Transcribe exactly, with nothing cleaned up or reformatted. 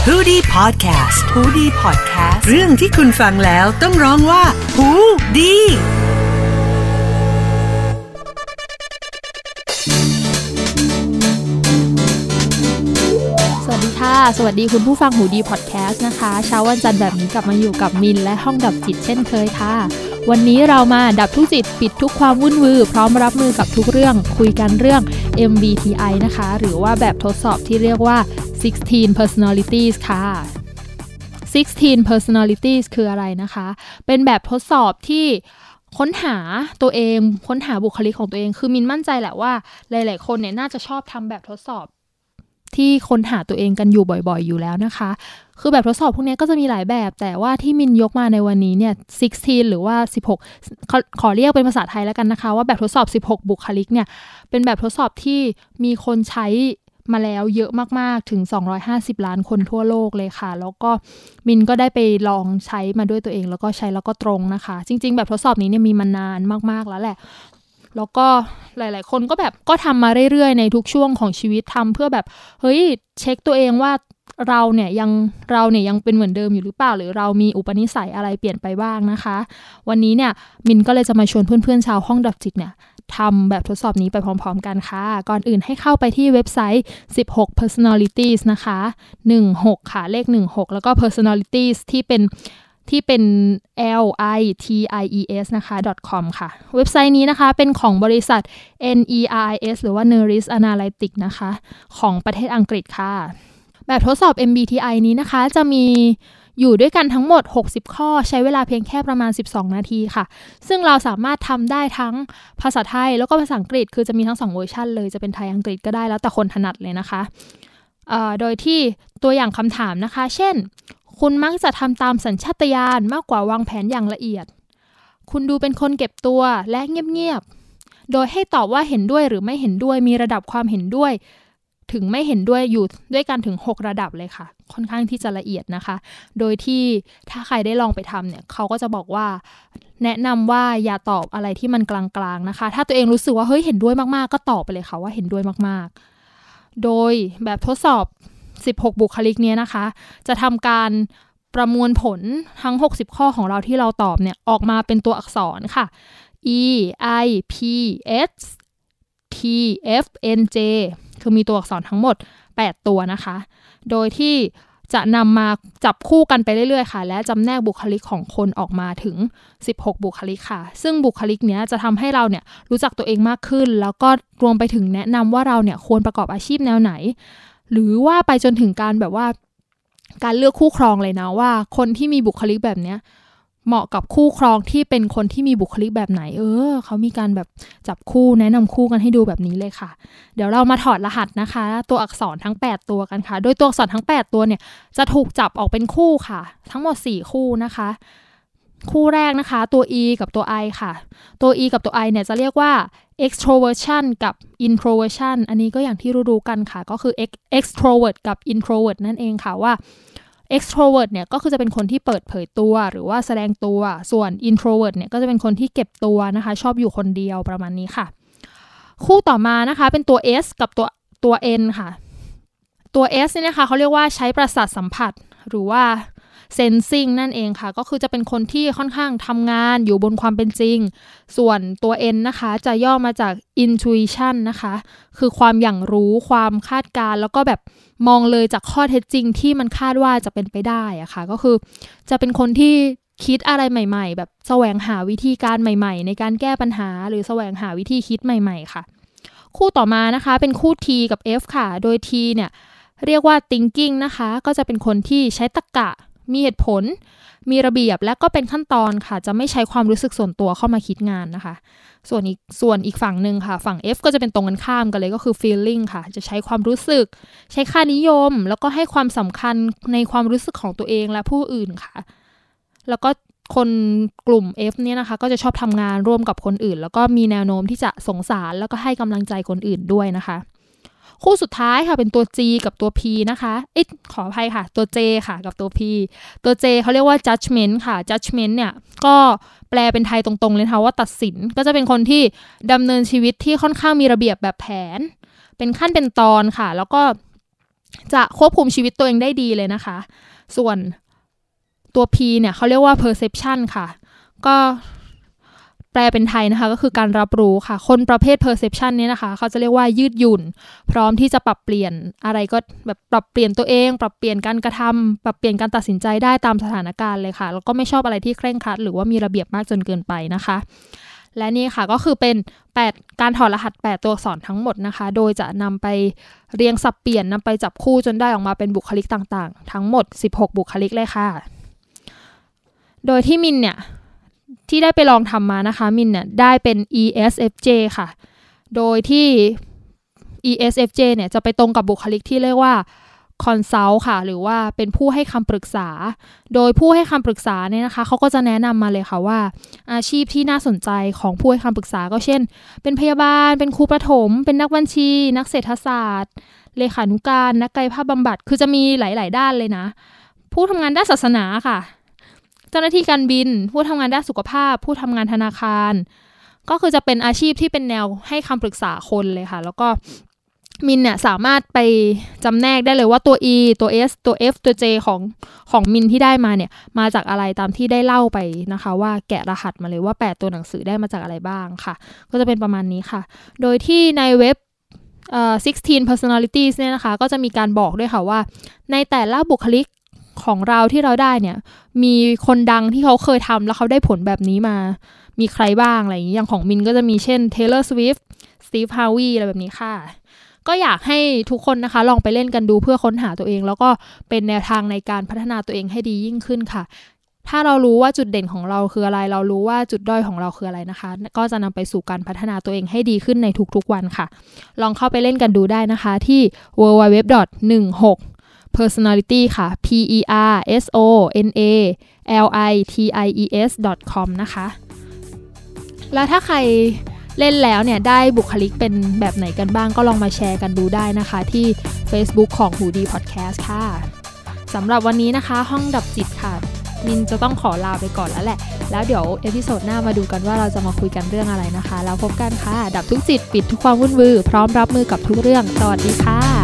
ฮูดี้พอดแคสต์ฮูดี้พอดแคสต์เรื่องที่คุณฟังแล้วต้องร้องว่าฮูดีสวัสดีค่ะสวัสดีคุณผู้ฟังหูดีพอดแคสต์นะคะเช้าวันจันทร์แบบนี้กลับมาอยู่กับมินและห้องดับจิตเช่นเคยค่ะวันนี้เรามาดับทุกจิตปิดทุกความวุ่นวือพร้อมรับมือกับทุกเรื่องคุยกันเรื่อง เอ็ม บี ที ไอ นะคะหรือว่าแบบทดสอบที่เรียกว่าสิบหก personalities ค่ะสิบหก personalities คืออะไรนะคะเป็นแบบทดสอบที่ค้นหาตัวเองค้นหาบุคลิกของตัวเองคือมินมั่นใจแหละว่าหลายๆคนเนี่ยน่าจะชอบทำแบบทดสอบที่ค้นหาตัวเองกันอยู่บ่อยๆอยู่แล้วนะคะคือแบบทดสอบพวกนี้ก็จะมีหลายแบบแต่ว่าที่มินยกมาในวันนี้เนี่ยสิบหกหรือว่าสิบหกขอขอเรียกเป็นภาษาไทยแล้วกันนะคะว่าแบบทดสอบสิบหกบุคลิกเนี่ยเป็นแบบทดสอบที่มีคนใช้มาแล้วเยอะมากๆถึงสองร้อยห้าสิบล้านคนทั่วโลกเลยค่ะแล้วก็มินก็ได้ไปลองใช้มาด้วยตัวเองแล้วก็ใช้แล้วก็ตรงนะคะจริงๆแบบทดสอบนี้เนี่ยมีมานานมากๆแล้วแหละแล้วก็หลายๆคนก็แบบก็ทำมาเรื่อยๆในทุกช่วงของชีวิตทำเพื่อแบบเฮ้ยเช็คตัวเองว่าเราเนี่ยยังเราเนี่ยยังเป็นเหมือนเดิมอยู่หรือเปล่าหรือเรามีอุปนิสัยอะไรเปลี่ยนไปบ้างนะคะวันนี้เนี่ยมินก็เลยจะมาชวนเพื่อนๆชาวห้องดับจิตเนี่ยทำแบบทดสอบนี้ไปพร้อมๆกันค่ะก่อนอื่นให้เข้าไปที่เว็บไซต์สิบหก personalities นะคะสิบหกค่ะเลขสิบหกแล้วก็ personalities ที่เป็นที่เป็น l i t i e s นะคะ .com ค่ะเว็บไซต์นี้นะคะเป็นของบริษัท เอ็น อี อาร์ ไอ เอส หรือว่า Neris Analytics นะคะของประเทศอังกฤษค่ะแบบทดสอบ เอ็ม บี ที ไอ นี้นะคะจะมีอยู่ด้วยกันทั้งหมดหกสิบข้อใช้เวลาเพียงแค่ประมาณสิบสองนาทีค่ะซึ่งเราสามารถทำได้ทั้งภาษาไทยแล้วก็ภาษาอังกฤษคือจะมีทั้งสองเวอร์ชันเลยจะเป็นไทยอังกฤษก็ได้แล้วแต่คนถนัดเลยนะคะเอ่อโดยที่ตัวอย่างคำถามนะคะเช่นคุณมักจะทำตามสัญชาตญาณมากกว่าวางแผนอย่างละเอียดคุณดูเป็นคนเก็บตัวและเงียบๆโดยให้ตอบว่าเห็นด้วยหรือไม่เห็นด้วยมีระดับความเห็นด้วยถึงไม่เห็นด้วยอยู่ด้วยกันถึงหกระดับเลยค่ะค่อนข้างที่จะละเอียดนะคะโดยที่ถ้าใครได้ลองไปทำเนี่ยเขาก็จะบอกว่าแนะนำว่าอย่าตอบอะไรที่มันกลางๆนะคะถ้าตัวเองรู้สึกว่าเฮ้ยเห็นด้วยมากๆก็ตอบไปเลยค่ะว่าเห็นด้วยมากๆโดยแบบทดสอบสิบหกบุคลิกเนี้ยนะคะจะทำการประมวลผลทั้งหกสิบข้อของเราที่เราตอบเนี่ยออกมาเป็นตัวอักษรค่ะ E I P S T F N J คือมีตัวอักษรทั้งหมดแปดตัวนะคะโดยที่จะนำมาจับคู่กันไปเรื่อยๆค่ะและจำแนกบุคลิกของคนออกมาถึงสิบหกบุคลิกค่ะซึ่งบุคลิกเนี้ยจะทำให้เราเนี่ยรู้จักตัวเองมากขึ้นแล้วก็รวมไปถึงแนะนำว่าเราเนี่ยควรประกอบอาชีพแนวไหนหรือว่าไปจนถึงการแบบว่าการเลือกคู่ครองเลยนะว่าคนที่มีบุคลิกแบบเนี้ยเหมาะกับคู่ครองที่เป็นคนที่มีบุคลิกแบบไหนเออเขามีการแบบจับคู่แนะนำคู่กันให้ดูแบบนี้เลยค่ะเดี๋ยวเรามาถอดรหัสนะคะตัวอักษรทั้งแปดตัวกันค่ะโดยตัวอักษรทั้งแปดตัวเนี่ยจะถูกจับออกเป็นคู่ค่ะทั้งหมดสี่คู่นะคะคู่แรกนะคะตัว E กับตัว I ค่ะตัว E กับตัว I เนี่ยจะเรียกว่า extroversion กับ introversion อันนี้ก็อย่างที่รู้ๆกันค่ะก็คือ extrovert กับ introvert นั่นเองค่ะว่าextrovert เนี่ยก็คือจะเป็นคนที่เปิดเผยตัวหรือว่าแสดงตัวส่วน introvert เนี่ยก็จะเป็นคนที่เก็บตัวนะคะชอบอยู่คนเดียวประมาณนี้ค่ะคู่ต่อมานะคะเป็นตัว S กับตัวตัว N ค่ะตัว S เนี่ยนะคะเขาเรียกว่าใช้ประสาทสัมผัสหรือว่า sensing นั่นเองค่ะก็คือจะเป็นคนที่ค่อนข้างทำงานอยู่บนความเป็นจริงส่วนตัว N นะคะจะย่อมาจาก intuition นะคะคือความอย่างรู้ความคาดการณ์แล้วก็แบบมองเลยจากข้อเท็จจริงที่มันคาดว่าจะเป็นไปได้อะค่ะก็คือจะเป็นคนที่คิดอะไรใหม่ๆแบบแสวงหาวิธีการใหม่ๆในการแก้ปัญหาหรือแสวงหาวิธีคิดใหม่ๆค่ะคู่ต่อมานะคะเป็นคู่ T กับ F ค่ะโดย T เนี่ยเรียกว่า thinking นะคะก็จะเป็นคนที่ใช้ตรรกะมีเหตุผลมีระเบียบและก็เป็นขั้นตอนค่ะจะไม่ใช้ความรู้สึกส่วนตัวเข้ามาคิดงานนะคะส่วนอีกส่วนอีกฝั่งหนึ่งค่ะฝั่ง F ก็จะเป็นตรงกันข้ามกันเลยก็คือ feeling ค่ะจะใช้ความรู้สึกใช้ค่านิยมแล้วก็ให้ความสำคัญในความรู้สึกของตัวเองและผู้อื่นค่ะแล้วก็คนกลุ่ม F เนี่ยนะคะก็จะชอบทำงานร่วมกับคนอื่นแล้วก็มีแนวโน้มที่จะสงสารแล้วก็ให้กำลังใจคนอื่นด้วยนะคะคู่สุดท้ายค่ะเป็นตัว G กับตัว P นะคะเอ๊ะขออภัยค่ะตัว J ค่ะกับตัว P ตัว J เขาเรียกว่า judgment ค่ะ judgment เนี่ยก็แปลเป็นไทยตรงๆเลยนะคะว่าตัดสินก็จะเป็นคนที่ดำเนินชีวิตที่ค่อนข้างมีระเบียบแบบแผนเป็นขั้นเป็นตอนค่ะแล้วก็จะควบคุมชีวิตตัวเองได้ดีเลยนะคะส่วนตัว P เนี่ยเขาเรียกว่า perception ค่ะก็แปลเป็นไทยนะคะก็คือการรับรู้ค่ะคนประเภท perception นี้นะคะเขาจะเรียกว่ายืดหยุ่นพร้อมที่จะปรับเปลี่ยนอะไรก็แบบปรับเปลี่ยนตัวเองปรับเปลี่ยนการกระทำปรับเปลี่ยนการตัดสินใจได้ตามสถานการณ์เลยค่ะแล้วก็ไม่ชอบอะไรที่เคร่งครัดหรือว่ามีระเบียบมากจนเกินไปนะคะและนี่ค่ะก็คือเป็นแปดการถอดรหัสแปดตัวอักษรทั้งหมดนะคะโดยจะนำไปเรียงสับเปลี่ยนนำไปจับคู่จนได้ออกมาเป็นบุคลิกต่างๆทั้งหมดสิบหกบุคลิกเลยค่ะโดยที่มินเนี่ยที่ได้ไปลองทำมานะคะมินเนี่ยได้เป็น อี เอส เอฟ เจ ค่ะโดยที่ อี เอส เอฟ เจ เนี่ยจะไปตรงกับบุคลิกที่เรียกว่า consult ค่ะหรือว่าเป็นผู้ให้คำปรึกษาโดยผู้ให้คำปรึกษาเนี่ยนะคะเขาก็จะแนะนำมาเลยค่ะว่าอาชีพที่น่าสนใจของผู้ให้คำปรึกษาก็เช่นเป็นพยาบาลเป็นครูประถมเป็นนักบัญชีนักเศรษฐศาสตร์เลขานุการนักกายภาพบำบัดคือจะมีหลายๆด้านเลยนะผู้ทำงานด้านศาสนาค่ะเจ้าหน้าที่การบินผู้ทำงานด้านสุขภาพผู้ทำงานธนาคารก็คือจะเป็นอาชีพที่เป็นแนวให้คำปรึกษาคนเลยค่ะแล้วก็มินเนี่ยสามารถไปจำแนกได้เลยว่าตัว E ตัว S ตัว F ตัว J ของของมินที่ได้มาเนี่ยมาจากอะไรตามที่ได้เล่าไปนะคะว่าแกะรหัสมาเลยว่าแปดตัวหนังสือได้มาจากอะไรบ้างค่ะก็จะเป็นประมาณนี้ค่ะโดยที่ในเว็บเอ่อสิบหก personalities เนี่ยนะคะก็จะมีการบอกด้วยค่ะว่าในแต่ละบุคลิกของเราที่เราได้เนี่ยมีคนดังที่เขาเคยทำแล้วเขาได้ผลแบบนี้มามีใครบ้างอะไรอย่างนี้อย่างของมินก็จะมีเช่น Taylor Swift Steve Harvey อะไรแบบนี้ค่ะก็อยากให้ทุกคนนะคะลองไปเล่นกันดูเพื่อค้นหาตัวเองแล้วก็เป็นแนวทางในการพัฒนาตัวเองให้ดียิ่งขึ้นค่ะถ้าเรารู้ว่าจุดเด่นของเราคืออะไรเรารู้ว่าจุดด้อยของเราคืออะไรนะคะก็จะนำไปสู่การพัฒนาตัวเองให้ดีขึ้นในทุกๆวันค่ะลองเข้าไปเล่นกันดูได้นะคะที่ ดับเบิลยู ดับเบิลยู ดับเบิลยู ดอท หนึ่งหก personality ค่ะ p e r s o n a l i t i e s ดอท คอม นะคะแล้วถ้าใครเล่นแล้วเนี่ยได้บุคลิกเป็นแบบไหนกันบ้างก็ลองมาแชร์กันดูได้นะคะที่ Facebook ของ Hoodie Podcast ค่ะสำหรับวันนี้นะคะห้องดับจิตค่ะมินจะต้องขอลาไปก่อนแล้วแหละแล้วเดี๋ยวเอพิโซดหน้ามาดูกันว่าเราจะมาคุยกันเรื่องอะไรนะคะแล้วพบกันค่ะดับทุกจิตปิดทุกความวุ่นวายพร้อมรับมือกับทุกเรื่องสวัสดีค่ะ